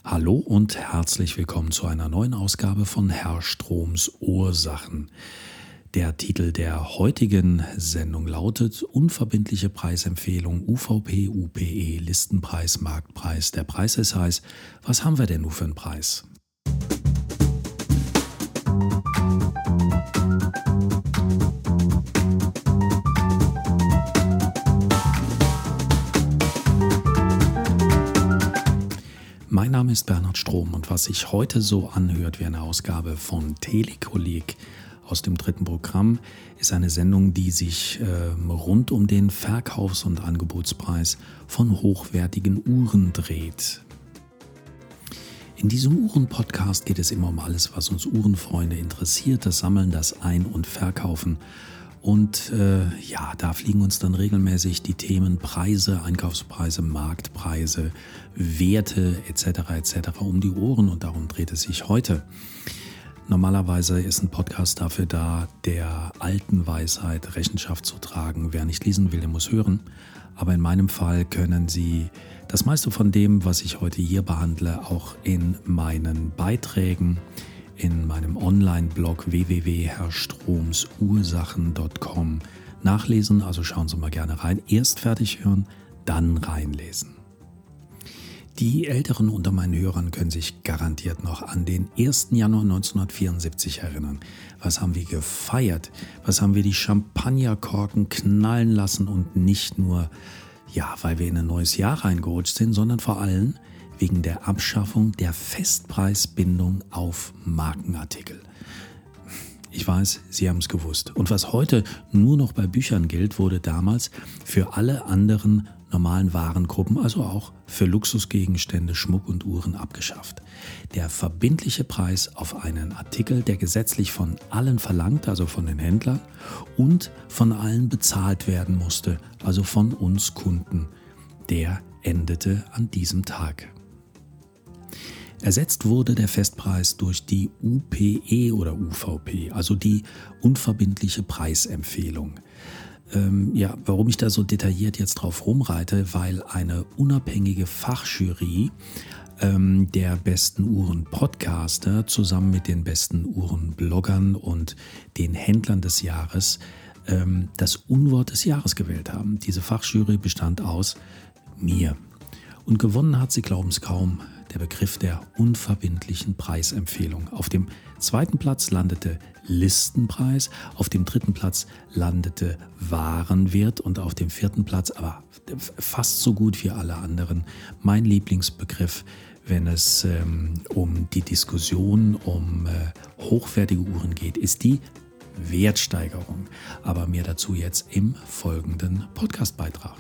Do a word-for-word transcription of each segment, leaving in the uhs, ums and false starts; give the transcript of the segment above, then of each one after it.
Hallo und herzlich willkommen zu einer neuen Ausgabe von Herr Stroms Ursachen. Der Titel der heutigen Sendung lautet Unverbindliche Preisempfehlung U V P, U P E, Listenpreis, Marktpreis. Der Preis ist heiß. Was haben wir denn nun für einen Preis? Mein Name ist Bernhard Strom und was sich heute so anhört wie eine Ausgabe von Telekolleg aus dem dritten Programm, ist eine Sendung, die sich äh, rund um den Verkaufs- und Angebotspreis von hochwertigen Uhren dreht. In diesem Uhren-Podcast geht es immer um alles, was uns Uhrenfreunde interessiert, das Sammeln, das Ein- und Verkaufen. Und äh, ja, da fliegen uns dann regelmäßig die Themen Preise, Einkaufspreise, Marktpreise, Werte et cetera et cetera um die Ohren und darum dreht es sich heute. Normalerweise ist ein Podcast dafür da, der alten Weisheit Rechenschaft zu tragen. Wer nicht lesen will, der muss hören. Aber in meinem Fall können Sie das meiste von dem, was ich heute hier behandle, auch in meinen Beiträgen in meinem Online-Blog w w w punkt herr stroms ursachen punkt com nachlesen. Also schauen Sie mal gerne rein. Erst fertig hören, dann reinlesen. Die Älteren unter meinen Hörern können sich garantiert noch an den ersten Januar neunzehnhundertvierundsiebzig erinnern. Was haben wir gefeiert? Was haben wir die Champagnerkorken knallen lassen? Und nicht nur, ja, weil wir in ein neues Jahr reingerutscht sind, sondern vor allem wegen der Abschaffung der Festpreisbindung auf Markenartikel. Ich weiß, Sie haben es gewusst. Und was heute nur noch bei Büchern gilt, wurde damals für alle anderen normalen Warengruppen, also auch für Luxusgegenstände, Schmuck und Uhren abgeschafft. Der verbindliche Preis auf einen Artikel, der gesetzlich von allen verlangt, also von den Händlern, und von allen bezahlt werden musste, also von uns Kunden, der endete an diesem Tag. Ersetzt wurde der Festpreis durch die U P E oder U V P, also die unverbindliche Preisempfehlung. Ähm, ja, warum ich da so detailliert jetzt drauf rumreite, weil eine unabhängige Fachjury ähm, der besten Uhren-Podcaster zusammen mit den besten Uhren-Bloggern und den Händlern des Jahres ähm, das Unwort des Jahres gewählt haben. Diese Fachjury bestand aus mir. Und gewonnen hat, Sie glauben es kaum, der Begriff der unverbindlichen Preisempfehlung. Auf dem zweiten Platz landete Listenpreis, auf dem dritten Platz landete Warenwert und auf dem vierten Platz, aber fast so gut wie alle anderen, mein Lieblingsbegriff, wenn es ähm, um die Diskussion um äh, hochwertige Uhren geht, ist die Wertsteigerung. Aber mehr dazu jetzt im folgenden Podcastbeitrag.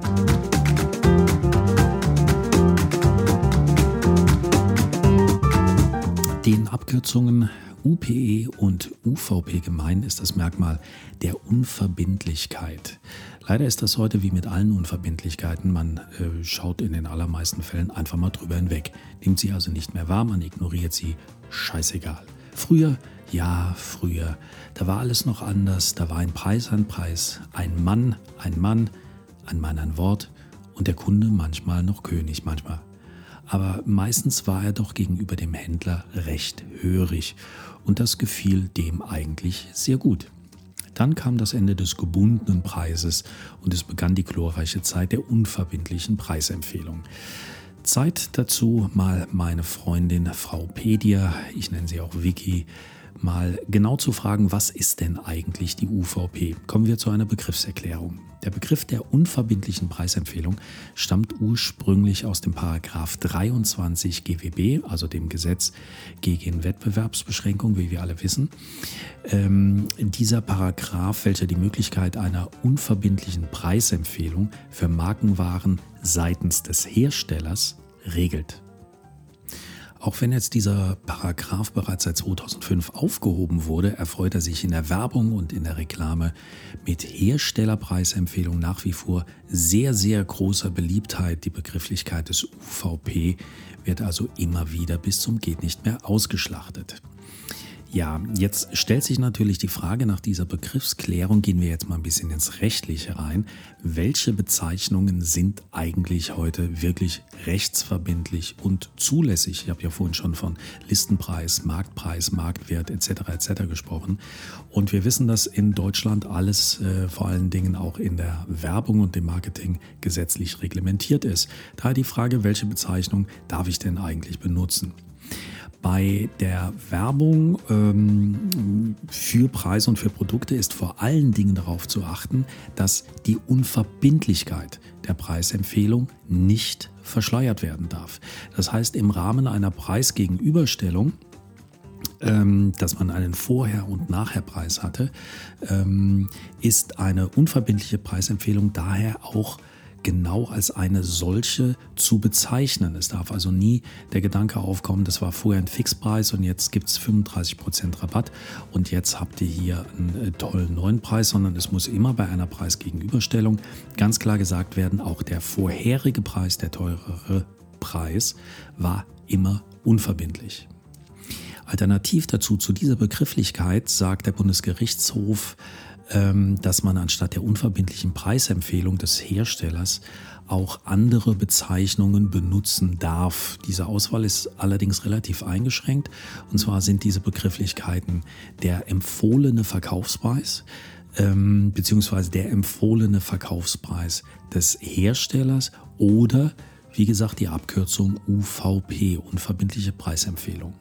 Den Abkürzungen U P E und U V P gemein ist das Merkmal der Unverbindlichkeit. Leider ist das heute wie mit allen Unverbindlichkeiten. Man äh, schaut in den allermeisten Fällen einfach mal drüber hinweg. Nimmt sie also nicht mehr wahr, man ignoriert sie, scheißegal. Früher, ja, früher, da war alles noch anders. Da war ein Preis ein Preis, ein Mann ein Mann, ein Mann ein Wort und der Kunde manchmal noch König, manchmal. Aber meistens war er doch gegenüber dem Händler recht hörig und das gefiel dem eigentlich sehr gut. Dann kam das Ende des gebundenen Preises und es begann die glorreiche Zeit der unverbindlichen Preisempfehlung. Zeit dazu, mal meine Freundin Frau Pedia, ich nenne sie auch Vicky, mal genau zu fragen, was ist denn eigentlich die U V P? Kommen wir zu einer Begriffserklärung. Der Begriff der unverbindlichen Preisempfehlung stammt ursprünglich aus dem Paragraph dreiundzwanzig G W B, also dem Gesetz gegen Wettbewerbsbeschränkung, wie wir alle wissen. Ähm, dieser Paragraph, welcher die Möglichkeit einer unverbindlichen Preisempfehlung für Markenwaren seitens des Herstellers regelt. Auch wenn jetzt dieser Paragraph bereits seit zweitausendfünf aufgehoben wurde, erfreut er sich in der Werbung und in der Reklame mit Herstellerpreisempfehlung nach wie vor sehr, sehr großer Beliebtheit. Die Begrifflichkeit des U V P wird also immer wieder bis zum geht nicht mehr ausgeschlachtet. Ja, jetzt stellt sich natürlich die Frage nach dieser Begriffsklärung, gehen wir jetzt mal ein bisschen ins Rechtliche rein. Welche Bezeichnungen sind eigentlich heute wirklich rechtsverbindlich und zulässig? Ich habe ja vorhin schon von Listenpreis, Marktpreis, Marktwert et cetera et cetera gesprochen. Und wir wissen, dass in Deutschland alles, äh, vor allen Dingen auch in der Werbung und dem Marketing, gesetzlich reglementiert ist. Daher die Frage, welche Bezeichnung darf ich denn eigentlich benutzen? Bei der Werbung ähm, für Preise und für Produkte ist vor allen Dingen darauf zu achten, dass die Unverbindlichkeit der Preisempfehlung nicht verschleiert werden darf. Das heißt, im Rahmen einer Preisgegenüberstellung, ähm, dass man einen Vorher- und Nachherpreis hatte, ähm, ist eine unverbindliche Preisempfehlung daher auch genau als eine solche zu bezeichnen. Es darf also nie der Gedanke aufkommen, das war vorher ein Fixpreis und jetzt gibt es fünfunddreißig Prozent Rabatt und jetzt habt ihr hier einen tollen neuen Preis, sondern es muss immer bei einer Preisgegenüberstellung ganz klar gesagt werden, auch der vorherige Preis, der teurere Preis, war immer unverbindlich. Alternativ dazu, zu dieser Begrifflichkeit, sagt der Bundesgerichtshof, dass man anstatt der unverbindlichen Preisempfehlung des Herstellers auch andere Bezeichnungen benutzen darf. Diese Auswahl ist allerdings relativ eingeschränkt. Und zwar sind diese Begrifflichkeiten der empfohlene Verkaufspreis ähm, beziehungsweise der empfohlene Verkaufspreis des Herstellers oder, wie gesagt, die Abkürzung U V P, unverbindliche Preisempfehlung.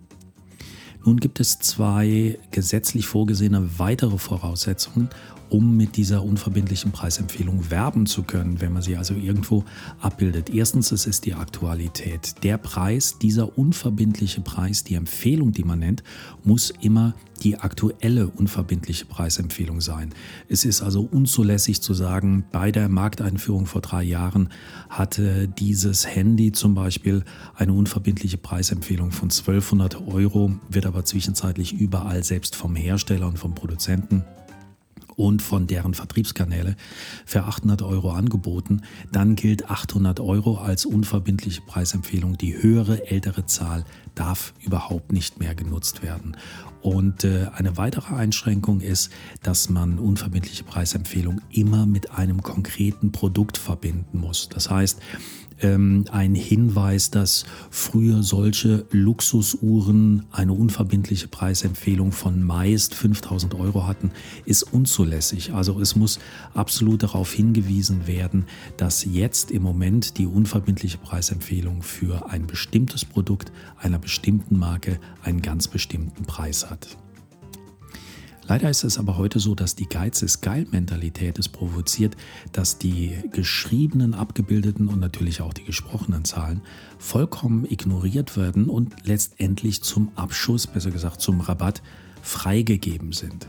Nun gibt es zwei gesetzlich vorgesehene weitere Voraussetzungen, um mit dieser unverbindlichen Preisempfehlung werben zu können, wenn man sie also irgendwo abbildet. Erstens, es ist die Aktualität. Der Preis, dieser unverbindliche Preis, die Empfehlung, die man nennt, muss immer die aktuelle unverbindliche Preisempfehlung sein. Es ist also unzulässig zu sagen, bei der Markteinführung vor drei Jahren hatte dieses Handy zum Beispiel eine unverbindliche Preisempfehlung von zwölfhundert Euro, wird aber zwischenzeitlich überall, selbst vom Hersteller und vom Produzenten und von deren Vertriebskanäle, für achthundert Euro angeboten. Dann gilt achthundert Euro als unverbindliche Preisempfehlung. Die höhere, ältere Zahl darf überhaupt nicht mehr genutzt werden. Und äh, eine weitere Einschränkung ist, dass man unverbindliche Preisempfehlung immer mit einem konkreten Produkt verbinden muss. Das heißt, ähm, ein Hinweis, dass früher solche Luxusuhren eine unverbindliche Preisempfehlung von meist fünftausend Euro hatten, ist unzulässig. Also es muss absolut darauf hingewiesen werden, dass jetzt im Moment die unverbindliche Preisempfehlung für ein bestimmtes Produkt einer bestimmten Marke einen ganz bestimmten Preis hat. Leider ist es aber heute so, dass die Geiz ist geil-Mentalität es provoziert, dass die geschriebenen, abgebildeten und natürlich auch die gesprochenen Zahlen vollkommen ignoriert werden und letztendlich zum Abschuss, besser gesagt zum Rabatt, freigegeben sind.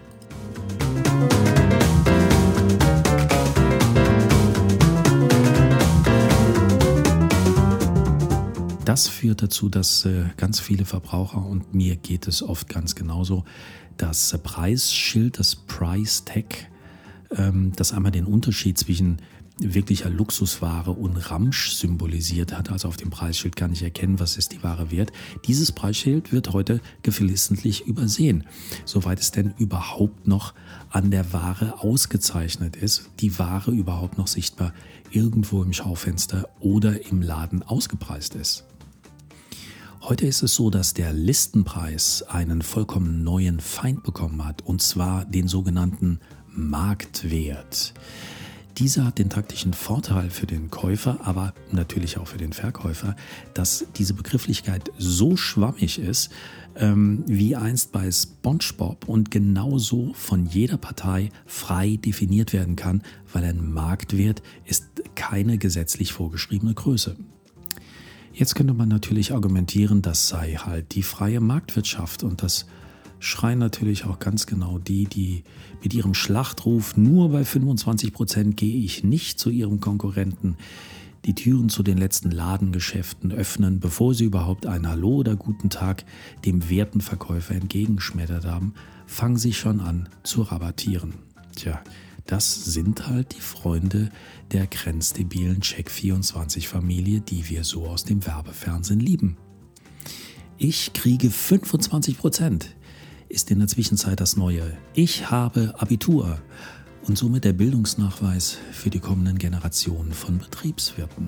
Das führt dazu, dass äh, ganz viele Verbraucher, und mir geht es oft ganz genauso, das äh, Preisschild, das Price Tag, ähm, das einmal den Unterschied zwischen wirklicher Luxusware und Ramsch symbolisiert hat. Also auf dem Preisschild kann ich erkennen, was ist die Ware wert. Dieses Preisschild wird heute geflissentlich übersehen, soweit es denn überhaupt noch an der Ware ausgezeichnet ist, die Ware überhaupt noch sichtbar irgendwo im Schaufenster oder im Laden ausgepreist ist. Heute ist es so, dass der Listenpreis einen vollkommen neuen Feind bekommen hat, und zwar den sogenannten Marktwert. Dieser hat den taktischen Vorteil für den Käufer, aber natürlich auch für den Verkäufer, dass diese Begrifflichkeit so schwammig ist, ähm, wie einst bei SpongeBob, und genauso von jeder Partei frei definiert werden kann, weil ein Marktwert ist keine gesetzlich vorgeschriebene Größe. Jetzt könnte man natürlich argumentieren, das sei halt die freie Marktwirtschaft, und das schreien natürlich auch ganz genau die, die mit ihrem Schlachtruf nur bei fünfundzwanzig Prozent gehe ich nicht zu ihrem Konkurrenten, die Türen zu den letzten Ladengeschäften öffnen, bevor sie überhaupt ein Hallo oder Guten Tag dem werten Verkäufer entgegengeschmettert haben, fangen sie schon an zu rabattieren. Tja, das sind halt die Freunde der grenzdebilen Check vierundzwanzig Familie, die wir so aus dem Werbefernsehen lieben. Ich kriege fünfundzwanzig Prozent ist in der Zwischenzeit das Neue. Ich habe Abitur und somit der Bildungsnachweis für die kommenden Generationen von Betriebswirten.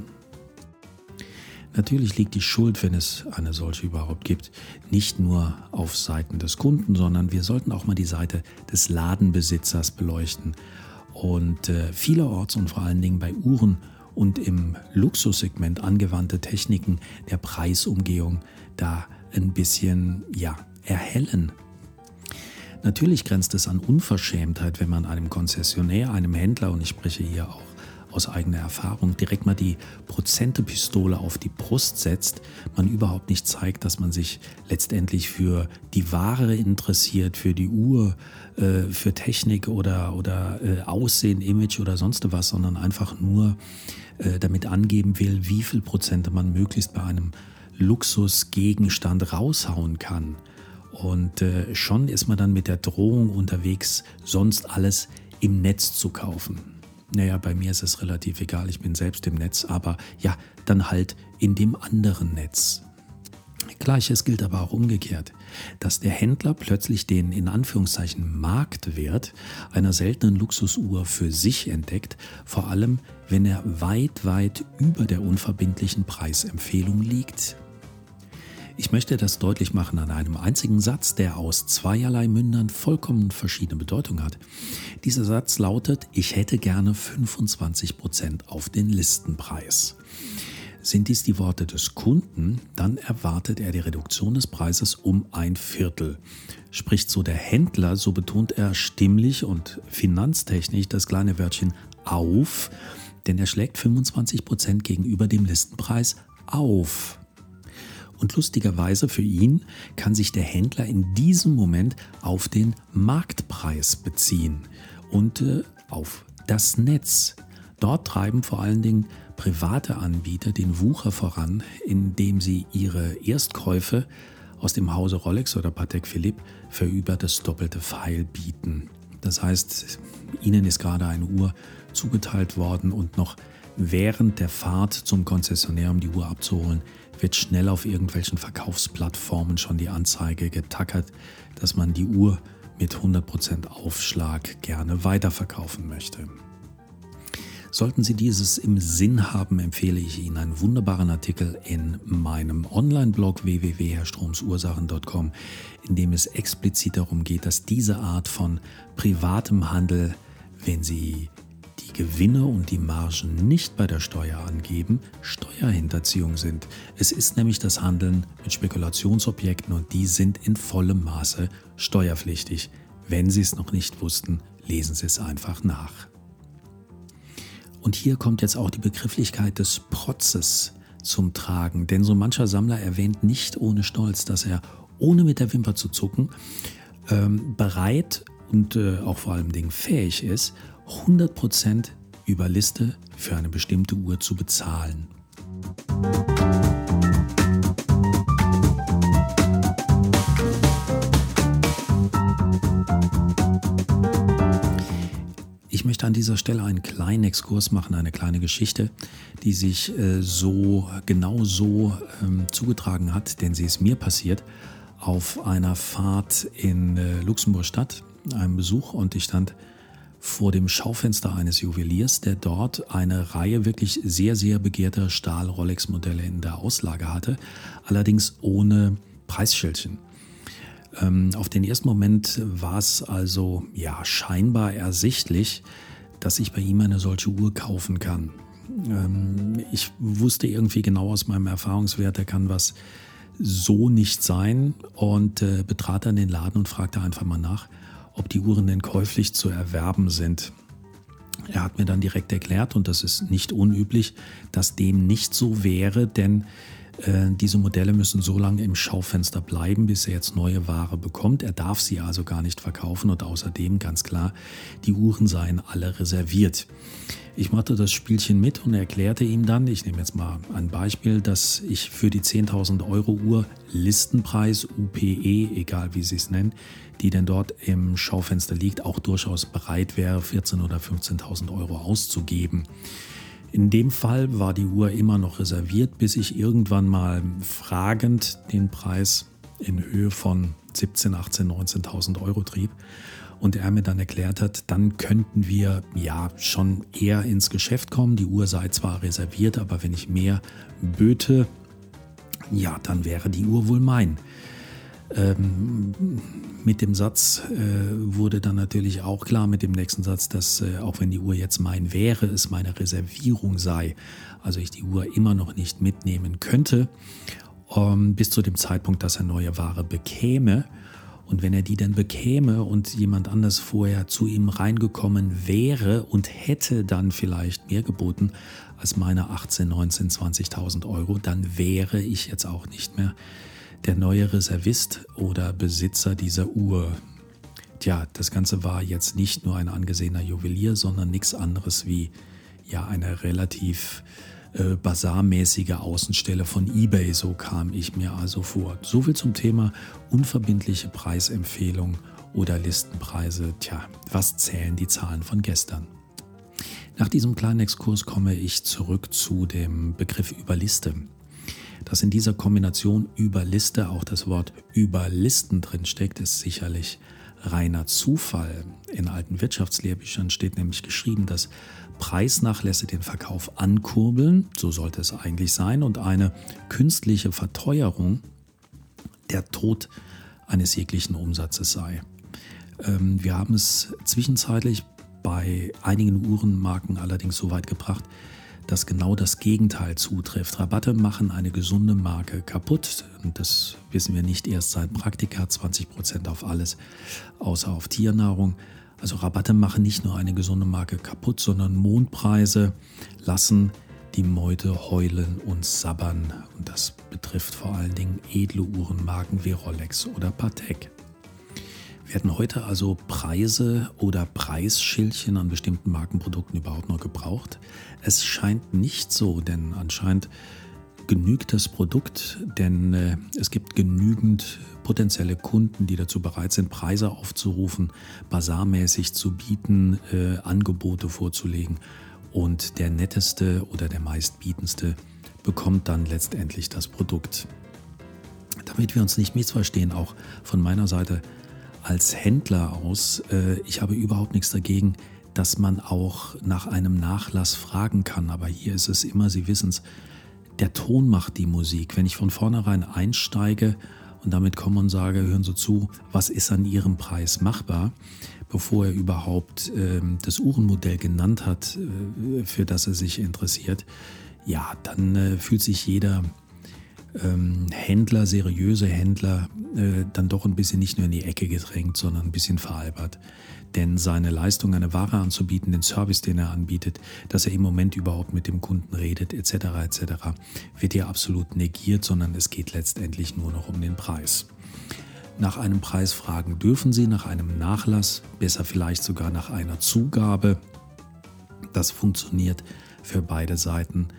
Natürlich liegt die Schuld, wenn es eine solche überhaupt gibt, nicht nur auf Seiten des Kunden, sondern wir sollten auch mal die Seite des Ladenbesitzers beleuchten. Und äh, vielerorts und vor allen Dingen bei Uhren und im Luxussegment angewandte Techniken der Preisumgehung da ein bisschen ja, erhellen. Natürlich grenzt es an Unverschämtheit, wenn man einem Konzessionär, einem Händler, und ich spreche hier auch aus eigener Erfahrung, direkt mal die Prozentepistole auf die Brust setzt, man überhaupt nicht zeigt, dass man sich letztendlich für die Ware interessiert, für die Uhr, äh, für Technik oder, oder äh, Aussehen, Image oder sonst was, sondern einfach nur äh, damit angeben will, wie viel Prozente man möglichst bei einem Luxusgegenstand raushauen kann. Und äh, schon ist man dann mit der Drohung unterwegs, sonst alles im Netz zu kaufen. Naja, bei mir ist es relativ egal, ich bin selbst im Netz, aber ja, dann halt in dem anderen Netz. Gleiches gilt aber auch umgekehrt, dass der Händler plötzlich den in Anführungszeichen Marktwert einer seltenen Luxusuhr für sich entdeckt, vor allem wenn er weit, weit über der unverbindlichen Preisempfehlung liegt. Ich möchte das deutlich machen an einem einzigen Satz, der aus zweierlei Mündern vollkommen verschiedene Bedeutung hat. Dieser Satz lautet: Ich hätte gerne fünfundzwanzig Prozent auf den Listenpreis. Sind dies die Worte des Kunden, dann erwartet er die Reduktion des Preises um ein Viertel. Spricht so der Händler, so betont er stimmlich und finanztechnisch das kleine Wörtchen auf, denn er schlägt fünfundzwanzig Prozent gegenüber dem Listenpreis auf. Und lustigerweise für ihn kann sich der Händler in diesem Moment auf den Marktpreis beziehen und äh, auf das Netz. Dort treiben vor allen Dingen private Anbieter den Wucher voran, indem sie ihre Erstkäufe aus dem Hause Rolex oder Patek Philippe für über das doppelte Feil bieten. Das heißt, ihnen ist gerade eine Uhr zugeteilt worden und noch während der Fahrt zum Konzessionär, um die Uhr abzuholen, wird schnell auf irgendwelchen Verkaufsplattformen schon die Anzeige getackert, dass man die Uhr mit hundert Prozent Aufschlag gerne weiterverkaufen möchte. Sollten Sie dieses im Sinn haben, empfehle ich Ihnen einen wunderbaren Artikel in meinem Online-Blog w w w punkt herr stroms ursachen punkt com, in dem es explizit darum geht, dass diese Art von privatem Handel, wenn Sie die Gewinne und die Margen nicht bei der Steuer angeben, Steuerhinterziehung sind. Es ist nämlich das Handeln mit Spekulationsobjekten und die sind in vollem Maße steuerpflichtig. Wenn Sie es noch nicht wussten, lesen Sie es einfach nach. Und hier kommt jetzt auch die Begrifflichkeit des Protzes zum Tragen, denn so mancher Sammler erwähnt nicht ohne Stolz, dass er, ohne mit der Wimper zu zucken, ähm, bereit und äh, auch vor allem Dingen fähig ist, hundert Prozent über Liste für eine bestimmte Uhr zu bezahlen. Ich möchte an dieser Stelle einen kleinen Exkurs machen, eine kleine Geschichte, die sich äh, so genau so ähm, zugetragen hat, denn sie ist mir passiert auf einer Fahrt in äh, Luxemburg-Stadt, einem Besuch, und ich stand vor dem Schaufenster eines Juweliers, der dort eine Reihe wirklich sehr, sehr begehrter Stahl-Rolex-Modelle in der Auslage hatte, allerdings ohne Preisschildchen. Ähm, auf den ersten Moment war es also ja scheinbar ersichtlich, dass ich bei ihm eine solche Uhr kaufen kann. Ähm, ich wusste irgendwie genau aus meinem Erfahrungswert, da kann was so nicht sein, und äh, betrat dann den Laden und fragte einfach mal nach, ob die Uhren denn käuflich zu erwerben sind. Er hat mir dann direkt erklärt, und das ist nicht unüblich, dass dem nicht so wäre, denn äh, diese Modelle müssen so lange im Schaufenster bleiben, bis er jetzt neue Ware bekommt. Er darf sie also gar nicht verkaufen, und außerdem ganz klar, die Uhren seien alle reserviert. Ich machte das Spielchen mit und erklärte ihm dann, ich nehme jetzt mal ein Beispiel, dass ich für die zehntausend Euro Uhr Listenpreis, U P E, egal wie Sie es nennen, die denn dort im Schaufenster liegt, auch durchaus bereit wäre, vierzehntausend oder fünfzehntausend Euro auszugeben. In dem Fall war die Uhr immer noch reserviert, bis ich irgendwann mal fragend den Preis in Höhe von siebzehntausend, achtzehntausend, neunzehntausend Euro trieb und er mir dann erklärt hat, dann könnten wir ja schon eher ins Geschäft kommen. Die Uhr sei zwar reserviert, aber wenn ich mehr böte, ja, dann wäre die Uhr wohl mein. Ähm, mit dem Satz äh, wurde dann natürlich auch klar, mit dem nächsten Satz, dass äh, auch wenn die Uhr jetzt mein wäre, es meine Reservierung sei, also ich die Uhr immer noch nicht mitnehmen könnte, ähm, bis zu dem Zeitpunkt, dass er neue Ware bekäme. Und wenn er die dann bekäme und jemand anders vorher zu ihm reingekommen wäre und hätte dann vielleicht mehr geboten als meine achtzehn, neunzehn, zwanzigtausend Euro, dann wäre ich jetzt auch nicht mehr der neue Reservist oder Besitzer dieser Uhr. Tja, das Ganze war jetzt nicht nur ein angesehener Juwelier, sondern nichts anderes wie ja eine relativ äh, basarmäßige Außenstelle von eBay, so kam ich mir also vor. Soviel zum Thema unverbindliche Preisempfehlung oder Listenpreise. Tja, was zählen die Zahlen von gestern? Nach diesem kleinen Exkurs komme ich zurück zu dem Begriff Überliste. Dass in dieser Kombination Überliste auch das Wort Überlisten drinsteckt, ist sicherlich reiner Zufall. In alten Wirtschaftslehrbüchern steht nämlich geschrieben, dass Preisnachlässe den Verkauf ankurbeln, so sollte es eigentlich sein, und eine künstliche Verteuerung der Tod eines jeglichen Umsatzes sei. Ähm, wir haben es zwischenzeitlich bei einigen Uhrenmarken allerdings so weit gebracht, dass genau das Gegenteil zutrifft. Rabatte machen eine gesunde Marke kaputt. Und das wissen wir nicht erst seit Praktika, zwanzig Prozent auf alles, außer auf Tiernahrung. Also Rabatte machen nicht nur eine gesunde Marke kaputt, sondern Mondpreise lassen die Meute heulen und sabbern. Und das betrifft vor allen Dingen edle Uhrenmarken wie Rolex oder Patek. Werden heute also Preise oder Preisschildchen an bestimmten Markenprodukten überhaupt noch gebraucht? Es scheint nicht so, denn anscheinend genügt das Produkt, denn äh, es gibt genügend potenzielle Kunden, die dazu bereit sind, Preise aufzurufen, basarmäßig zu bieten, äh, Angebote vorzulegen und der netteste oder der meistbietendste bekommt dann letztendlich das Produkt. Damit wir uns nicht missverstehen, auch von meiner Seite als Händler aus, äh, ich habe überhaupt nichts dagegen, dass man auch nach einem Nachlass fragen kann. Aber hier ist es immer, Sie wissen es, der Ton macht die Musik. Wenn ich von vornherein einsteige und damit komme und sage, hören Sie zu, was ist an Ihrem Preis machbar, bevor er überhaupt äh, das Uhrenmodell genannt hat, äh, für das er sich interessiert, ja, dann äh, fühlt sich jeder Ähm, Händler, seriöse Händler, äh, dann doch ein bisschen nicht nur in die Ecke gedrängt, sondern ein bisschen veralbert. Denn seine Leistung, eine Ware anzubieten, den Service, den er anbietet, dass er im Moment überhaupt mit dem Kunden redet, et cetera et cetera, wird hier absolut negiert, sondern es geht letztendlich nur noch um den Preis. Nach einem Preis fragen dürfen Sie, nach einem Nachlass, besser vielleicht sogar nach einer Zugabe. Das funktioniert für beide Seiten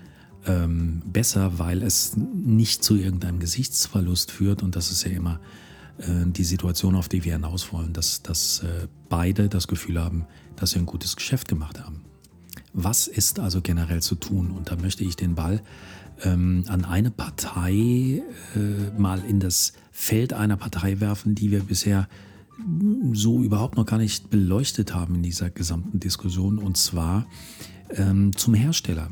besser, weil es nicht zu irgendeinem Gesichtsverlust führt und das ist ja immer äh, die Situation, auf die wir hinaus wollen, dass, dass äh, beide das Gefühl haben, dass sie ein gutes Geschäft gemacht haben. Was ist also generell zu tun? Und da möchte ich den Ball ähm, an eine Partei äh, mal in das Feld einer Partei werfen, die wir bisher so überhaupt noch gar nicht beleuchtet haben in dieser gesamten Diskussion, und zwar ähm, zum Hersteller.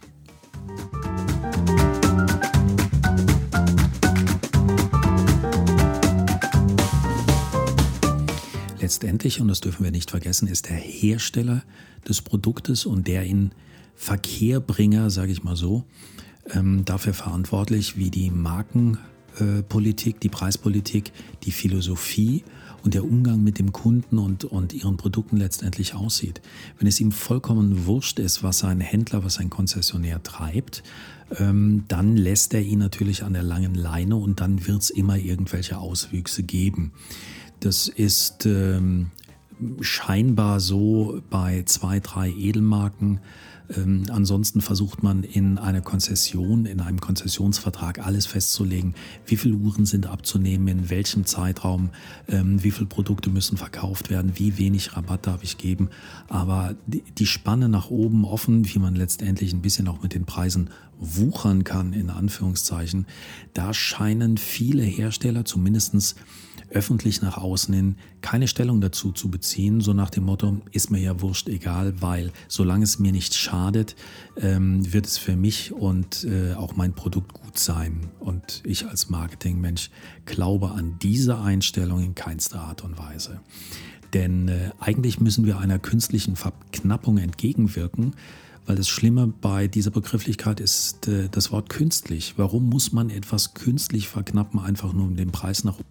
Letztendlich, und das dürfen wir nicht vergessen, ist der Hersteller des Produktes und der in Verkehrbringer, sage ich mal so, ähm, dafür verantwortlich, wie die Markenpolitik, äh, die Preispolitik, die Philosophie und der Umgang mit dem Kunden und, und ihren Produkten letztendlich aussieht. Wenn es ihm vollkommen wurscht ist, was ein Händler, was ein Konzessionär treibt, ähm, dann lässt er ihn natürlich an der langen Leine und dann wird es immer irgendwelche Auswüchse geben. Das ist ähm, scheinbar so bei zwei, drei Edelmarken, Ähm, ansonsten versucht man in einer Konzession, in einem Konzessionsvertrag alles festzulegen, wie viele Uhren sind abzunehmen, in welchem Zeitraum, ähm, wie viele Produkte müssen verkauft werden, wie wenig Rabatt darf ich geben. Aber die, die Spanne nach oben offen, wie man letztendlich ein bisschen auch mit den Preisen wuchern kann, in Anführungszeichen, da scheinen viele Hersteller zumindest öffentlich nach außen hin keine Stellung dazu zu beziehen, so nach dem Motto, ist mir ja wurscht, egal, weil solange es mir nicht schadet, ähm, wird es für mich und äh, auch mein Produkt gut sein. Und ich als Marketingmensch glaube an diese Einstellung in keinster Art und Weise. Denn äh, eigentlich müssen wir einer künstlichen Verknappung entgegenwirken, weil das Schlimme bei dieser Begrifflichkeit ist äh, das Wort künstlich. Warum muss man etwas künstlich verknappen, einfach nur um den Preis nach oben?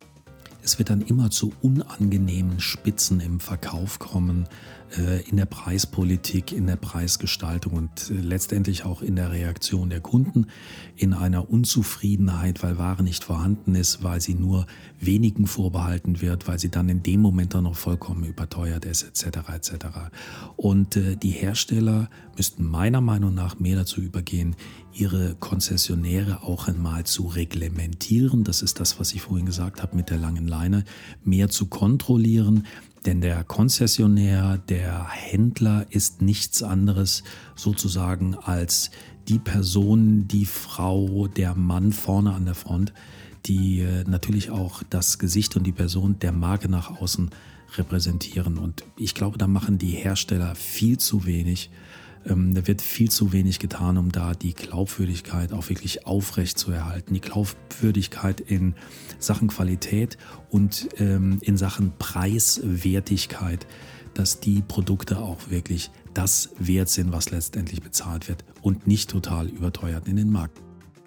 Es wird dann immer zu unangenehmen Spitzen im Verkauf kommen, äh, in der Preispolitik, in der Preisgestaltung und äh, letztendlich auch in der Reaktion der Kunden, in einer Unzufriedenheit, weil Ware nicht vorhanden ist, weil sie nur wenigen vorbehalten wird, weil sie dann in dem Moment dann noch vollkommen überteuert ist, et cetera et cetera. Und äh, die Hersteller müssten meiner Meinung nach mehr dazu übergehen, ihre Konzessionäre auch einmal zu reglementieren. Das ist das, was ich vorhin gesagt habe mit der langen Leine, mehr zu kontrollieren. Denn der Konzessionär, der Händler ist nichts anderes sozusagen als die Person, die Frau, der Mann vorne an der Front, die natürlich auch das Gesicht und die Person der Marke nach außen repräsentieren. Und ich glaube, da machen die Hersteller viel zu wenig. Ähm, da wird viel zu wenig getan, um da die Glaubwürdigkeit auch wirklich aufrecht zu erhalten. Die Glaubwürdigkeit in Sachen Qualität und ähm, in Sachen Preiswertigkeit, dass die Produkte auch wirklich das wert sind, was letztendlich bezahlt wird und nicht total überteuert in den Markt.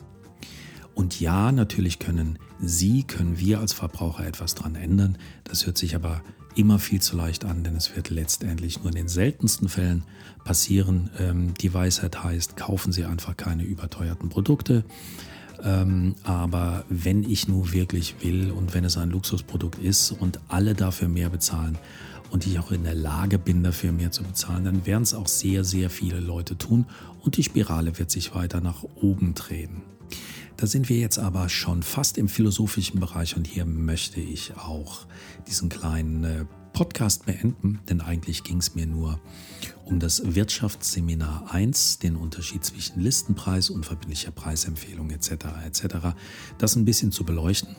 Und ja, natürlich können Sie, können wir als Verbraucher etwas dran ändern. Das hört sich aber immer viel zu leicht an, denn es wird letztendlich nur in den seltensten Fällen passieren. Ähm, die Weisheit heißt, kaufen Sie einfach keine überteuerten Produkte. Ähm, aber wenn ich nur wirklich will und wenn es ein Luxusprodukt ist und alle dafür mehr bezahlen und ich auch in der Lage bin, dafür mehr zu bezahlen, dann werden es auch sehr, sehr viele Leute tun und die Spirale wird sich weiter nach oben drehen. Da sind wir jetzt aber schon fast im philosophischen Bereich und hier möchte ich auch diesen kleinen äh, Podcast beenden, denn eigentlich ging es mir nur um das Wirtschaftsseminar eins, den Unterschied zwischen Listenpreis, unverbindlicher Preisempfehlung et cetera et cetera, das ein bisschen zu beleuchten.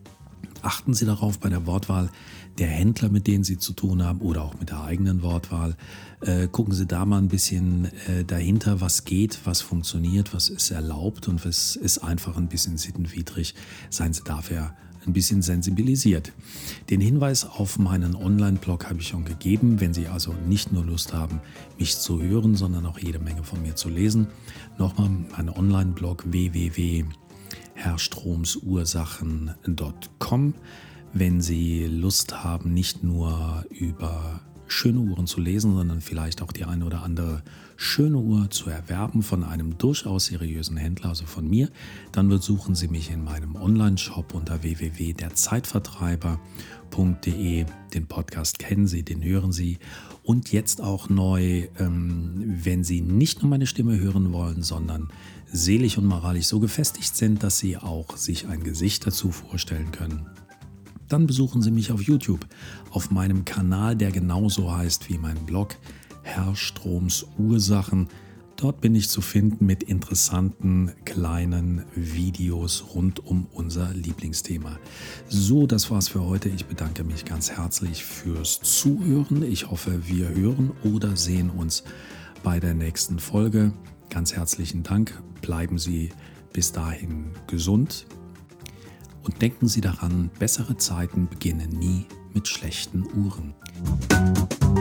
Achten Sie darauf bei der Wortwahl der Händler, mit denen Sie zu tun haben oder auch mit der eigenen Wortwahl. Äh, gucken Sie da mal ein bisschen äh, dahinter, was geht, was funktioniert, was ist erlaubt und was ist einfach ein bisschen sittenwidrig. Seien Sie dafür ein bisschen sensibilisiert. Den Hinweis auf meinen Online-Blog habe ich schon gegeben. Wenn Sie also nicht nur Lust haben, mich zu hören, sondern auch jede Menge von mir zu lesen, nochmal mein Online-Blog w w w punkt herr stroms ursachen punkt com. Wenn Sie Lust haben, nicht nur über schöne Uhren zu lesen, sondern vielleicht auch die eine oder andere schöne Uhr zu erwerben von einem durchaus seriösen Händler, also von mir, dann besuchen Sie mich in meinem Online-Shop unter w w w punkt der zeitvertreiber punkt d e. Den Podcast kennen Sie, den hören Sie. Und jetzt auch neu, ähm, wenn Sie nicht nur meine Stimme hören wollen, sondern seelisch und moralisch so gefestigt sind, dass Sie auch sich ein Gesicht dazu vorstellen können, dann besuchen Sie mich auf YouTube, auf meinem Kanal, der genauso heißt wie mein Blog, Herr Stroms Ursachen. Dort bin ich zu finden mit interessanten kleinen Videos rund um unser Lieblingsthema. So, das war's für heute. Ich bedanke mich ganz herzlich fürs Zuhören. Ich hoffe, wir hören oder sehen uns bei der nächsten Folge. Ganz herzlichen Dank. Bleiben Sie bis dahin gesund. Und denken Sie daran, bessere Zeiten beginnen nie mit schlechten Uhren.